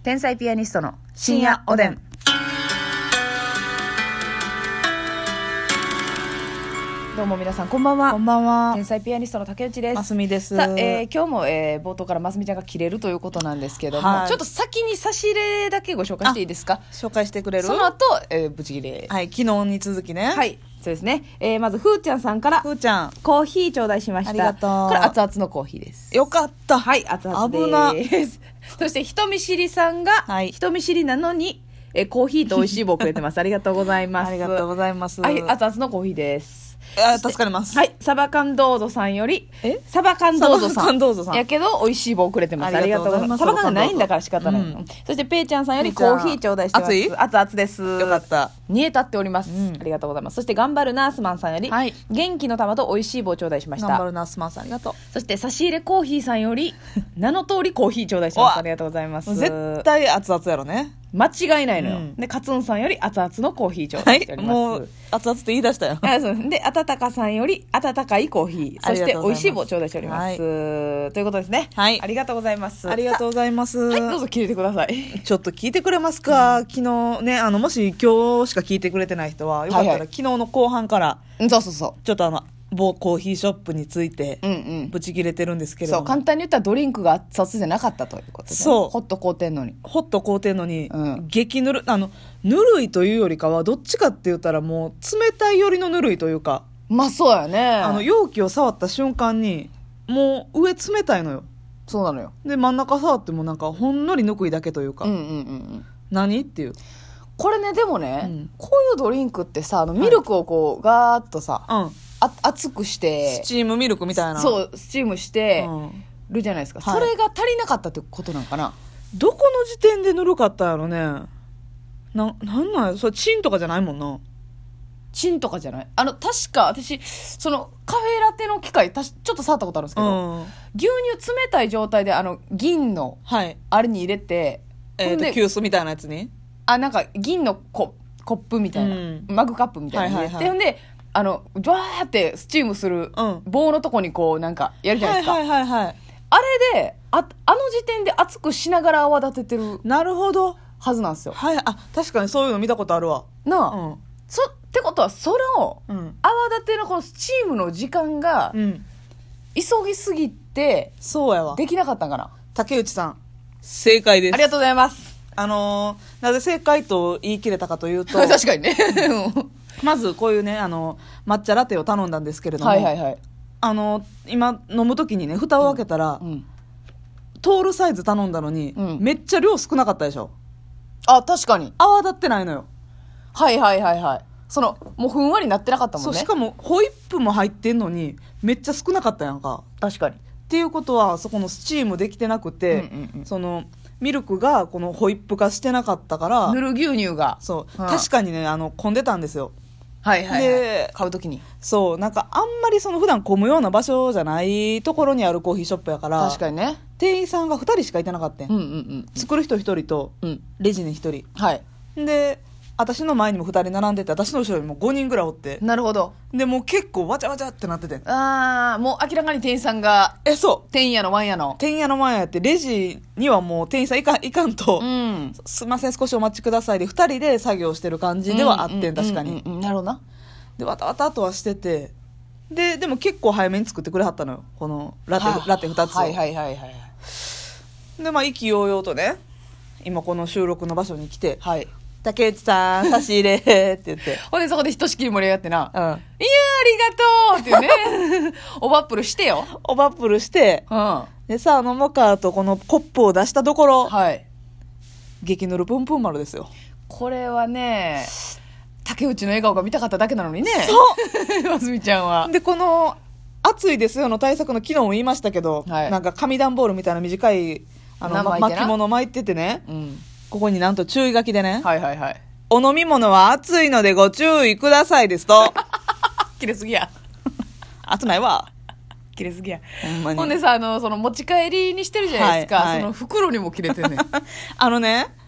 天才ピアニストの深夜おでん。どうも皆さんこんばんは。 こんばんは。 天才ピアニストの竹内です。 ますみです。 さあ、今日も、冒頭からますみちゃんが切れるということなんですけども、 はい、 ちょっと先に差し入れだけご紹介していいですか。 紹介してくれる。 その後、ブチ切れ。 はい、昨日に続きね。 はい、そうですね。まずふーちゃんさんからふーちゃんコーヒー頂戴しました。 ありがとう。 これ熱々のコーヒーです。 よかった。 はい、熱々です。 危な。 そして人見知りさんが、 はい、 人見知りなのにコーヒーと美味しい棒をくれてます。ありがとうございます。 ありがとうございます。 はい、熱々のコーヒーです。 助かります。 はい、サバ缶どうぞさんよりサバ缶どうぞさんやけど美味しい棒をくれてます。ありがとうございます。サバ缶がないんだから仕方ない、うん、そしてペイちゃんさんよりコーヒー頂戴してます。熱々です。 よかった。 煮え立っております、うん、ありがとうございます。そして頑張るナースマンさんより、はい、元気の玉と美味しい棒を頂戴しました。 頑張るナースマンさんありがとう。 そして差し入れコーヒーさんより名の通りコーヒー頂戴します。ありがとうございます。 絶対熱々やろね。 間違いないのよ、うん、でカツンさんより熱々のコーヒー頂戴しております、 はい、もう熱々って言い出したよ。 であたたかさんより温かいコーヒー、そして美味しい棒頂戴しております、はい、ということですね。はい、ありがとうございます。 ありがとうございます。 はい、どうぞ聞いてください。 ちょっと聞いてくれますか、うん、昨日ね、もし今日しか聞いてくれてない人はよかったら、はいはい、昨日の後半からそうそうそう、 ちょっと某コーヒーショップについてブチ切れてるんですけれども、 そう簡単に言ったらドリンクが熱々じゃなかったということで、 そうホット買うてんのにうん、激ぬるぬるいというよりかはどっちかって言ったらもう冷たいよりのぬるいというか、 まあそうやね、 容器を触った瞬間にもう上冷たいのよ。 そうなのよ。 で真ん中触ってもなんかほんのりぬくいだけというか、何っていう。 これねでもね、うん、こういうドリンクってさミルクをこうガーッとさ、熱くしてスチームミルクみたいな、 そうスチームしてるじゃないですか、それが足りなかったってことなのかな。 どこの時点でぬるかったやろね。なんなんやそれ、チンとかじゃないもんな。 チンとかじゃない。確か私そのカフェラテの機械ちょっと触ったことあるんですけど、牛乳冷たい状態で銀のあれに入れて、 急須みたいなやつになんか銀のコップみたいな、マグカップみたいなの入れて、ほんでバーってスチームする棒のとこにこうなんかやるじゃないですか、あれであの時点で熱くしながら泡立ててるなるほどはずなんですよ。 はい、確かにそういうの見たことあるわなあ、ってことはそれを、泡立てのこのスチームの時間が、急ぎすぎてそうやわできなかったんかな。 竹内さん正解です。 ありがとうございます。 なぜ正解と言い切れたかというと確かにねまずこういうね抹茶ラテを頼んだんですけれども、今飲む時にね蓋を開けたら、トールサイズ頼んだのに、めっちゃ量少なかったでしょ。 確かに泡立ってないのよ。 もうふんわりなってなかったもんね。 そうしかもホイップも入ってんのにめっちゃ少なかったやんか。 確かに。 っていうことはそこのスチームできてなくて、そのミルクがこのホイップ化してなかったからぬる牛乳がそう、確かにね混んでたんですよ。 で買うときにそうなんかあんまり普段混むような場所じゃないところにあるコーヒーショップやから、 確かにね店員さんが2人しかいてなかったん、作る人1人と、レジに1人、で私の前にも2人並んでて、私の後ろにも5人ぐらいおって、 なるほど。 でもう結構わちゃわちゃってなってて、 もう明らかに店員さんがそう店員やの前ややって、レジにはもう店員さんいかんと、すいません少しお待ちくださいで2人で作業してる感じではあってん、確かに、 なるほどな。 でわたわたとはしてて、でも結構早めに作ってくれはったのよ、このラテ2つを。で意気揚々とね今この収録の場所に来て、竹内さん差し入れって言ってほんでそこでひとしきり盛り上がってな、いやありがとうっていうねおばっぷるしてよ、でさ飲もうかとこのコップを出したところ、激ぬるプンプン丸ですよ。 これはね竹内の笑顔が見たかっただけなのにね。そうますみちゃんはでこの暑いですよの対策の昨日も言いましたけど、なんか紙段ボールみたいな短い巻物巻いててね、ここになんと注意書きでね、お飲み物は熱いのでご注意くださいですと切れすぎや熱ないわ切れすぎや。ほんでさその持ち帰りにしてるじゃないですか、その袋にも切れてんねん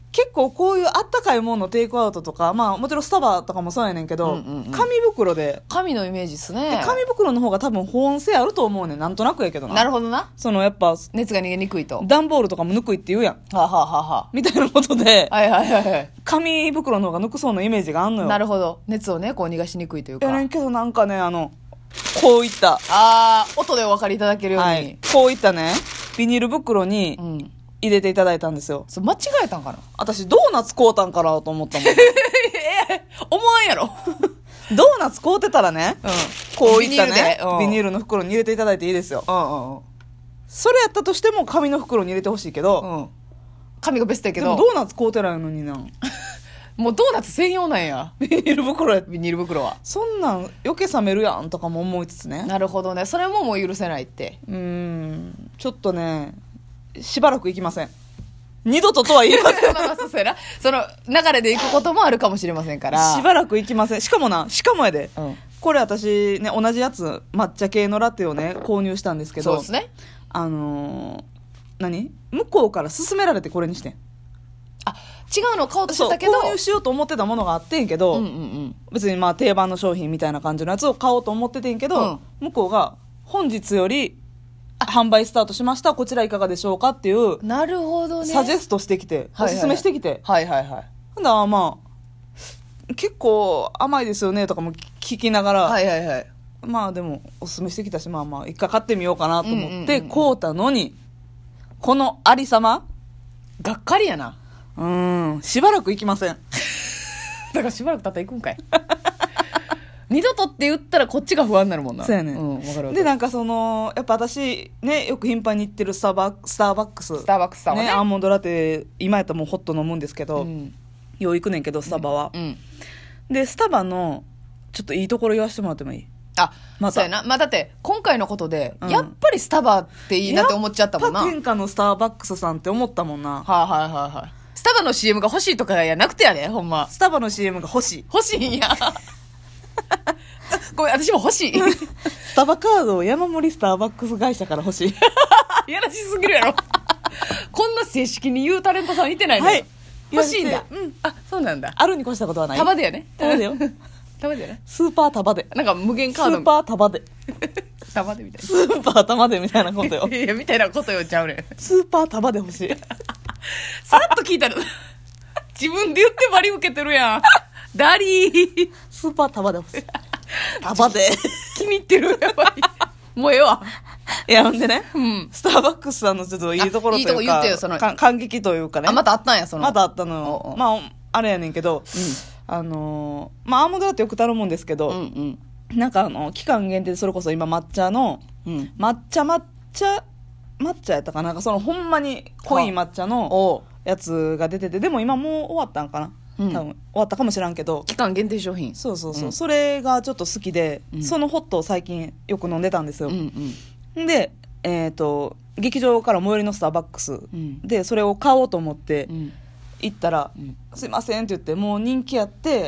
結構こういうあったかいもののテイクアウトとか、まあもちろんスタバとかもそうやねんけど、紙袋で。 紙のイメージっすね。 紙袋の方が多分保温性あると思うねん。なんとなくやけどな。 なるほどな。 やっぱ、 熱が逃げにくいと。 段ボールとかもぬくいって言うやん。 はあ、はあははあ、 みたいなことで、 はいはいはいはい。 紙袋の方がぬくそうなイメージがあんのよ。 なるほど。熱をね、こう逃がしにくいというか。 やねんけどなんかね、こういった。 音でお分かりいただけるように。はい、 こういったね、ビニール袋に、入れていただいたんですよ。 それ間違えたんかな。 私ドーナツ買うたんかなと思ったもん。 思わんやろ。 ドーナツ買うてたらね、こういったね、ビニールの袋に入れていただいていいですよ。それやったとしても紙の袋に入れてほしいけど、 紙がベストやけど。 でもドーナツ買うてないのにな。 もうドーナツ専用なんや。 ビニール袋や。 ビニール袋は。 そんなん余計冷めるやんとかも思いつつね。 なるほどね。それももう許せないって。 ちょっとね、しばらく行きません。二度ととは言いません。 そうやな。その流れで行くこともあるかもしれませんから。 しばらく行きません。しかもやで。これ私ね、同じやつ、抹茶系のラテをね、購入したんですけど。 そうですね。 向こうから勧められてこれにしてん。 違うのを買おうとしてたけど。 購入しようと思ってたものがあってんけど、別にまあ定番の商品みたいな感じのやつを買おうと思っててんけど、向こうが本日より販売スタートしました、こちらいかがでしょうかっていう、 なるほどね、 サジェストしてきて、おすすめしてきて、 はいはいはい。 ほんだらまあ結構甘いですよねとかも聞きながら、 はいはいはい、 まあでもおすすめしてきたし、まあまあ一回買ってみようかなと思って買うたのに、このありさまがっかりやな。 しばらく行きません。 だからしばらく経ったら行くんかい。二度とって言ったらこっちが不安になるもんな。 そうやね、 わかる。 でなんかやっぱ私ね、よく頻繁に行ってるスターバックスさんはね、 アーモンドラテ今やったらもうホット飲むんですけど、よう行くねんけどスタバは、でスタバのちょっといいところ言わせてもらってもいい？ そうやな。まあだって今回のことで、やっぱりスタバっていいなって思っちゃったもんな。 やっぱ天下のスターバックスさんって思ったもんな。 はいはいはいはい。スタバの CM が欲しいとかやなくてやね、ほんま。 スタバの CM が欲しいんや。ごめん、私も欲しい。 スタバカードを山盛りスターバックス会社から欲しい。 いやらしすぎるやろ。こんな正式に言うタレントさんいてないの。はい、欲しいんだ。そうなんだ。 あるに越したことはない。 束でやね。 束でよ。 束でやね。 スーパー束で。 なんか無限カード。 スーパー束で。 束でみたいな。 スーパー束でみたいなことよ。 いや、みたいなことよちゃうねん。 スーパー束で欲しい。 さらっと聞いたら、自分で言ってバリ受けてるやん。ダリー。 スーパー束で欲しい。束で。 気に入ってる。やばい。もうええわ。 いや、ほんでね、スターバックスさんのちょっといいところというか、いいとこ言ってよ、感激というかね。 またあったんや、 またあったの。まあ、あれやねんけど、まあ、アーモンドラテよく頼むんですけど、なんか期間限定でそれこそ今抹茶の、抹茶やったかな、なんかほんまに濃い抹茶のやつが出てて、でも今もう終わったんかな、多分終わったかもしらんけど、 期間限定商品。 そうそうそう、それがちょっと好きで、そのホットを最近よく飲んでたんですよ。で劇場から最寄りのスターバックスでそれを買おうと思って行ったら、すいませんって言って、もう人気やって、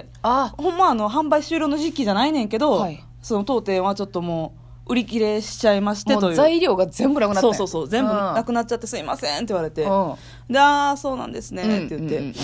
ほんま販売終了の時期じゃないねんけど、その当店はちょっともう売り切れしちゃいましてという、 材料が全部なくなった。 そう全部なくなっちゃって、すいませんって言われて、でそうなんですねって言って、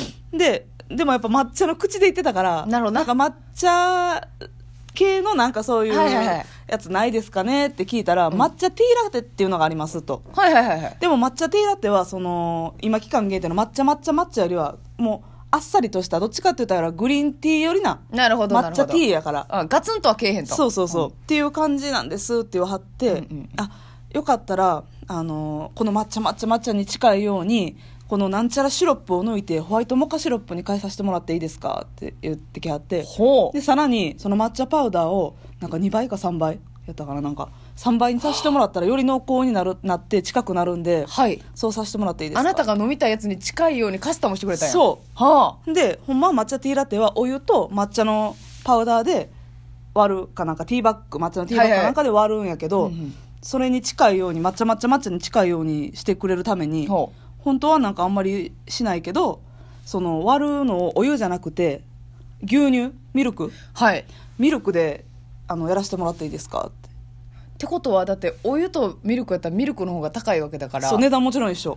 でもやっぱ抹茶の口で言ってたから、なんか抹茶系のなんかそういうやつないですかねって聞いたら、抹茶ティーラテっていうのがありますと。でも抹茶ティーラテは今期間限定の抹茶よりはもうあっさりとした、どっちかって言ったらグリーンティーよりな抹茶ティーやから、 ガツンとはけえへんと。 そう、っていう感じなんですって言わはって、よかったらこの抹茶に近いようにこのなんちゃらシロップを抜いてホワイトモカシロップに変えさせてもらっていいですかって言ってきはって、でさらにその抹茶パウダーをなんか2倍か3倍やったから、なんか3倍にさせてもらったらより濃厚になって近くなるんで、そうさせてもらっていいですか。 あなたが飲みたいやつに近いようにカスタムしてくれたんや。 でほんまは抹茶ティーラテはお湯と抹茶のパウダーで割るかなんか、抹茶のティーバッグかなんかで割るんやけど、それに近いように抹茶に近いようにしてくれるために、本当はなんかあんまりしないけど、その割るのをお湯じゃなくて牛乳ミルクでやらせてもらっていいですかってことは、だってお湯とミルクやったらミルクの方が高いわけだから、 そう値段もちろん一緒。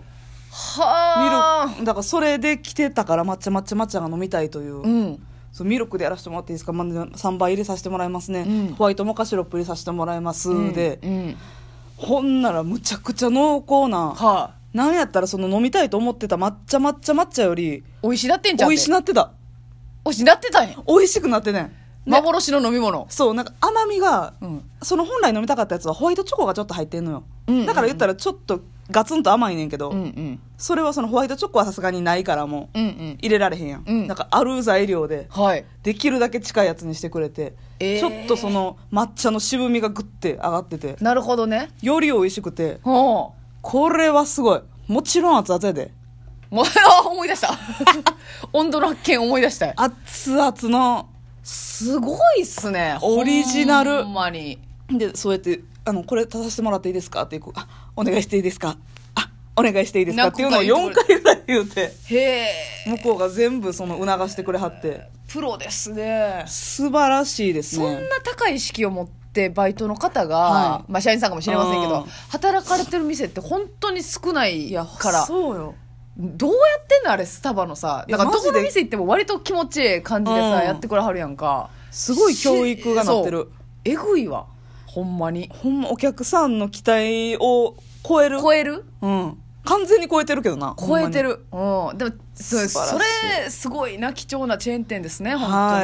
はあ。 ミルク、だからそれで来てたから抹茶が飲みたいという。 うん。 そうミルクでやらせてもらっていいですか、まあ、3倍入れさせてもらいますね、 うん、 ホワイトモカシロップ入れさせてもらいます、で、 うん、 ほんならむちゃくちゃ濃厚な、 はあ、 なんやったらその飲みたいと思ってた抹茶より美味しなってんじゃん。 美味しなってた。 美味しなってたんや。 美味しくなってね。 幻の飲み物。 そう、なんか甘みが、その本来飲みたかったやつはホワイトチョコがちょっと入ってんのよ、だから言ったらちょっとガツンと甘いねんけど、それはそのホワイトチョコはさすがにないからもう入れられへんやん、なんかある材料でできるだけ近いやつにしてくれて、ちょっとその抹茶の渋みがグッて上がってて、 なるほどね、 より美味しくて、これはすごい。もちろん熱々やで。 もう思い出した温度の発見思い出したよ。 熱々のすごいっすね、 オリジナル。 ほんまに。 でそうやってこれ足させてもらっていいですかって、お願いしていいですか、お願いしていいですかっていうのを4回ぐらい言うて、 へ向こうが全部その促してくれはって、 プロですね。 素晴らしいですね。 そんな高い意識を持ってバイトの方が、まあ社員さんかもしれませんけど、働かれてる店って本当に少ないから。 そうよ。 どうやってんのあれ、スタバのさ、だからどこの店行っても割と気持ちいい感じでさ、やってくれはるやんか。 すごい教育がなってる。 えぐいわ、ほんまに。 ほんまお客さんの期待を超える。うん、完全に超えてるけどな。 超えてる。うん。でもそれすごいな、貴重なチェーン店ですね、本当に。はい。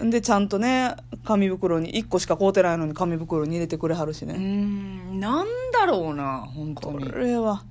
でちゃんとね、紙袋に1個しか買うてないのに紙袋に入れてくれはるしね。 なんだろうな、本当に。 これは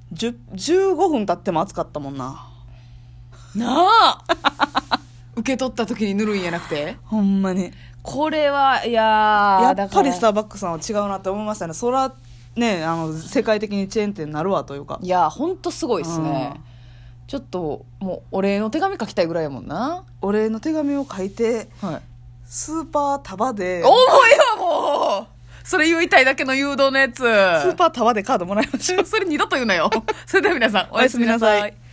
15分経っても熱かったもんな。 なあ受け取った時に塗るんやなくて、 ほんまにこれは、いややっぱりスターバックスさんは違うなって思いましたね。そらね、世界的にチェーン店になるわというか。 いやほんとすごいですね、ちょっともうお礼の手紙書きたいぐらいやもんな。 お礼の手紙を書いて、スーパー束で、 重いわもう、それ言いたいだけの誘導のやつ。スーパー束でカードもらいましょうそれ二度と言うなよそれでは皆さんおやすみなさい。